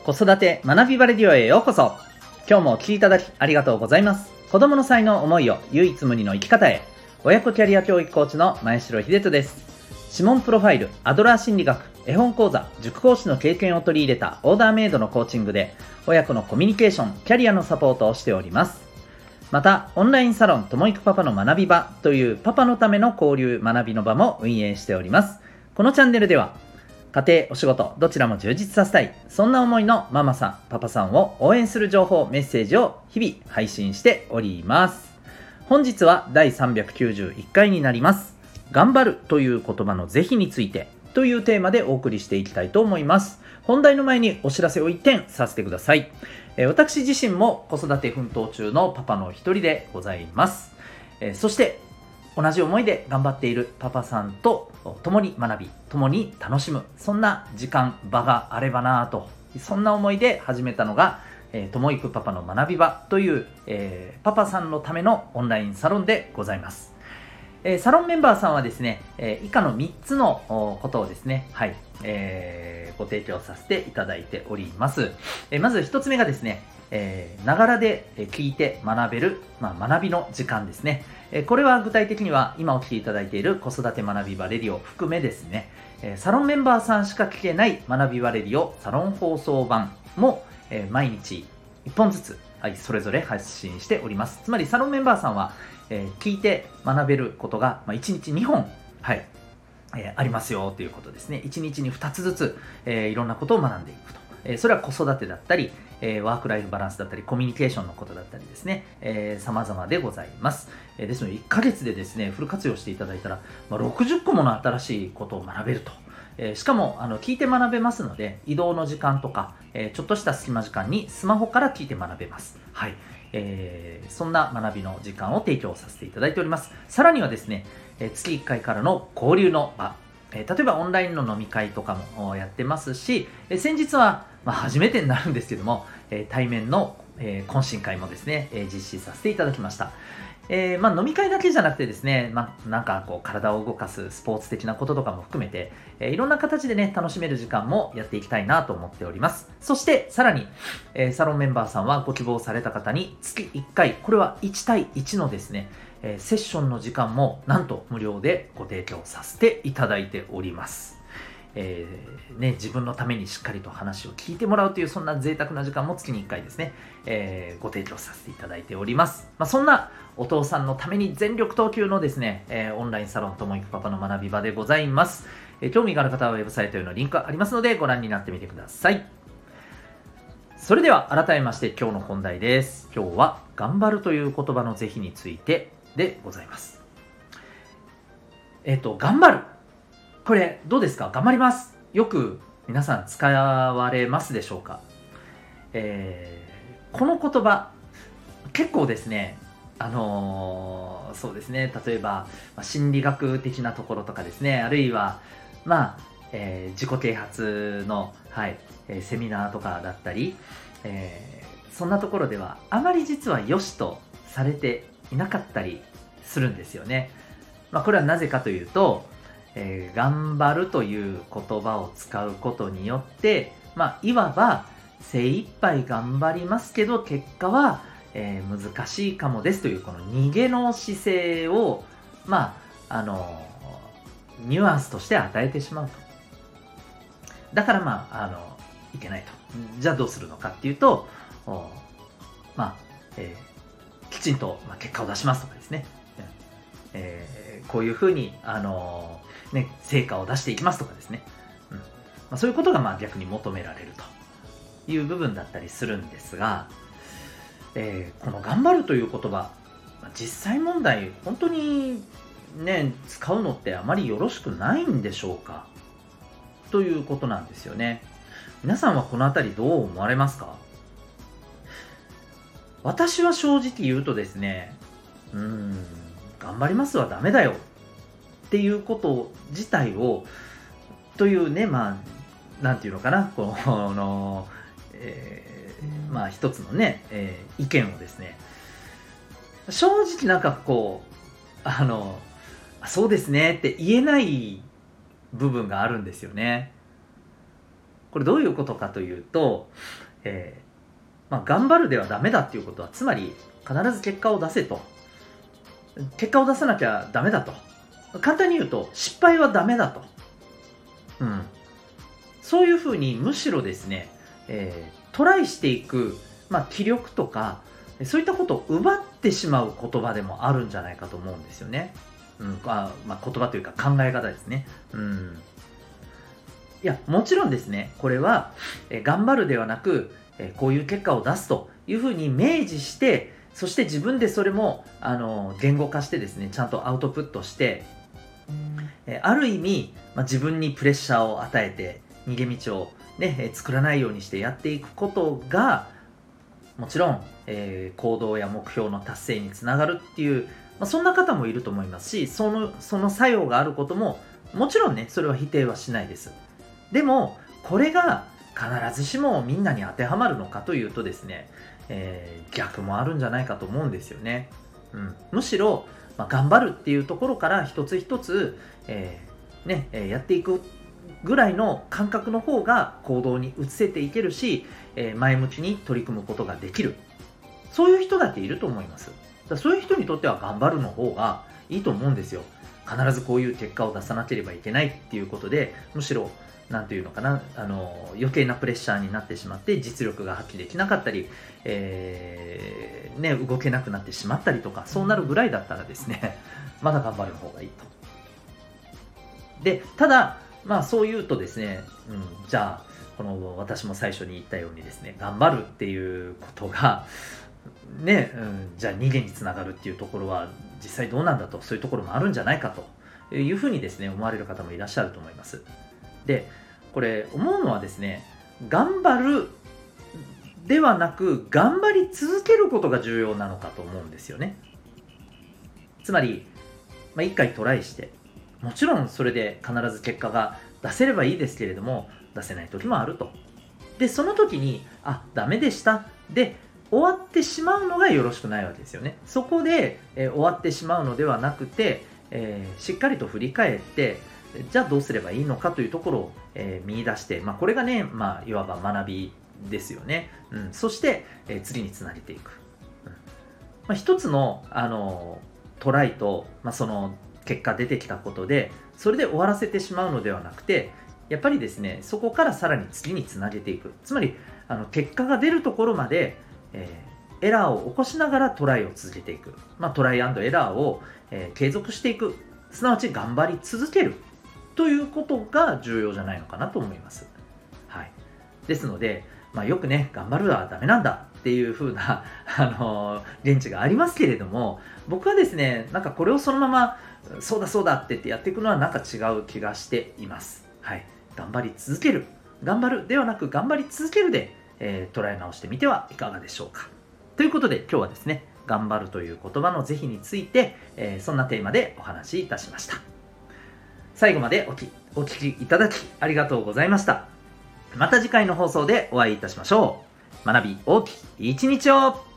子育て学びバレディオへようこそ。今日もお聞きいただきありがとうございます。子供の才能思いを唯一無二の生き方へ、親子キャリア教育コーチの前城秀人です。指紋プロファイル、アドラー心理学、絵本講座、塾講師の経験を取り入れたオーダーメイドのコーチングで親子のコミュニケーション、キャリアのサポートをしております。またオンラインサロンともいくパパの学び場というパパのための交流学びの場も運営しております。このチャンネルでは家庭、お仕事、どちらも充実させたい、そんな思いのママさん、パパさんを応援する情報、メッセージを日々配信しております。本日は第391回になります。頑張るという言葉の是非についてというテーマでお送りしていきたいと思います。本題の前にお知らせを1点させてください。私自身も子育て奮闘中のパパの一人でございます。そして同じ思いで頑張っているパパさんと共に学び、共に楽しむ、そんな時間、場があればなと、そんな思いで始めたのが、ともいくパパの学び場という、パパさんのためのオンラインサロンでございます。サロンメンバーさんはですね、以下の3つのことをですね、ご提供させていただいております。まず1つ目がですね、ながらで聞いて学べる、学びの時間ですね。これは具体的には今お聞きいただいている子育て学び場レディオ含めですね、サロンメンバーさんしか聞けない学び場レディオサロン放送版も毎日1本ずつ、それぞれ発信しております。つまりサロンメンバーさんは聞いて学べることが1日2本、ありますよということですね。1日に2つずつ、いろんなことを学んでいくと。それは子育てだったり、ワークライフバランスだったり、コミュニケーションのことだったりですね、様々でございます。ですので1ヶ月でですね、フル活用していただいたら、60個もの新しいことを学べると。しかも聞いて学べますので、移動の時間とか、ちょっとした隙間時間にスマホから聞いて学べます。そんな学びの時間を提供させていただいております。さらにはですね、月1回からの交流の場、例えばオンラインの飲み会とかもやってますし、先日は、初めてになるんですけども、対面の、懇親会もですね、実施させていただきました。飲み会だけじゃなくてですね、なんかこう体を動かすスポーツ的なこととかも含めて、いろんな形でね、楽しめる時間もやっていきたいなと思っております。そしてさらに、サロンメンバーさんはご希望された方に月1回、これは1対1のですね、セッションの時間もなんと無料でご提供させていただいております。自分のためにしっかりと話を聞いてもらうという、そんな贅沢な時間も月に1回ですね、ご提供させていただいております。そんなお父さんのために全力投球のですね、オンラインサロンともいくパパの学び場でございます。興味がある方はウェブサイトへのリンクありますのでご覧になってみてください。それでは改めまして今日の本題です。今日は頑張るという言葉の是非についてでございます。頑張る、これどうですか？頑張ります。よく皆さん使われますでしょうか？この言葉結構ですね、そうですね、例えば心理学的なところとかですね、あるいは自己啓発の、セミナーとかだったり、そんなところではあまり実は良しとされていなかったりするんですよね。これはなぜかというと、頑張るという言葉を使うことによって、いわば精一杯頑張りますけど結果は、難しいかもですというこの逃げの姿勢をニュアンスとして与えてしまうと。だからいけないと。じゃあどうするのかっていうと、きちんと結果を出しますとかですね、こういうふうに成果を出していきますとかですね、そういうことが逆に求められるという部分だったりするんですが、この頑張るという言葉、実際問題本当にね使うのってあまりよろしくないんでしょうかということなんですよね。皆さんはこのあたりどう思われますか？私は正直言うとですね、頑張りますはダメだよっていうこと自体をというね、なんていうのかな、一つのね、意見をですね、正直そうですねって言えない部分があるんですよね。 これどういうことかというと、頑張るではダメだっていうことは、つまり必ず結果を出せと。結果を出さなきゃダメだと。簡単に言うと、失敗はダメだと。そういうふうに、むしろですね、トライしていく、気力とか、そういったことを奪ってしまう言葉でもあるんじゃないかと思うんですよね。言葉というか考え方ですね。いや、もちろんですね、これは、頑張るではなく、こういう結果を出すというふうに明示して、そして自分でそれも言語化してですね、ちゃんとアウトプットして、ある意味、自分にプレッシャーを与えて逃げ道を、作らないようにしてやっていくことが、もちろん、行動や目標の達成につながるっていう、そんな方もいると思いますし、その作用があることももちろんね、それは否定はしないです。でもこれが必ずしもみんなに当てはまるのかというとですね、逆もあるんじゃないかと思うんですよね。むしろ、頑張るっていうところから一つ一つ、やっていくぐらいの感覚の方が行動に移せていけるし、前向きに取り組むことができる。そういう人だっていると思います。そういう人にとっては頑張るの方がいいと思うんですよ。必ずこういう結果を出さなければいけないっていうことで、むしろなんていうのかな、余計なプレッシャーになってしまって実力が発揮できなかったり、動けなくなってしまったりとか、そうなるぐらいだったらですね、まだ頑張る方がいいと。で、ただ、そう言うとですね、じゃあ、私も最初に言ったようにですね、頑張るっていうことが、じゃあ逃げにつながるっていうところは実際どうなんだと、そういうところもあるんじゃないかというふうにですね、思われる方もいらっしゃると思います。で、これ思うのはですね、頑張るではなく頑張り続けることが重要なのかと思うんですよね。つまり、一回トライして、もちろんそれで必ず結果が出せればいいですけれども、出せない時もあると。で、その時に、ダメでしたで終わってしまうのがよろしくないわけですよね。そこで、終わってしまうのではなくて、しっかりと振り返って、じゃあどうすればいいのかというところを、見出して、これがね、いわば学びですよね。そして、次につなげていく。一つの、トライと、その結果出てきたことで、それで終わらせてしまうのではなくて、やっぱりですね、そこからさらに次につなげていく。つまり、結果が出るところまで、エラーを起こしながらトライを続けていく。トライアンドエラーを、継続していく。すなわち頑張り続ける。ということが重要じゃないのかなと思います。はい。ですので、よくね、頑張るはダメなんだっていう風な、言知がありますけれども、僕はですね、これをそのまま、そうだそうだって言ってやっていくのは違う気がしています。はい。頑張り続ける。頑張るではなく頑張り続けるで、捉え直してみてはいかがでしょうか。ということで今日はですね、頑張るという言葉の是非について、そんなテーマでお話しいたしました。最後までお聞きいただきありがとうございました。また次回の放送でお会いいたしましょう。学び大きい一日を。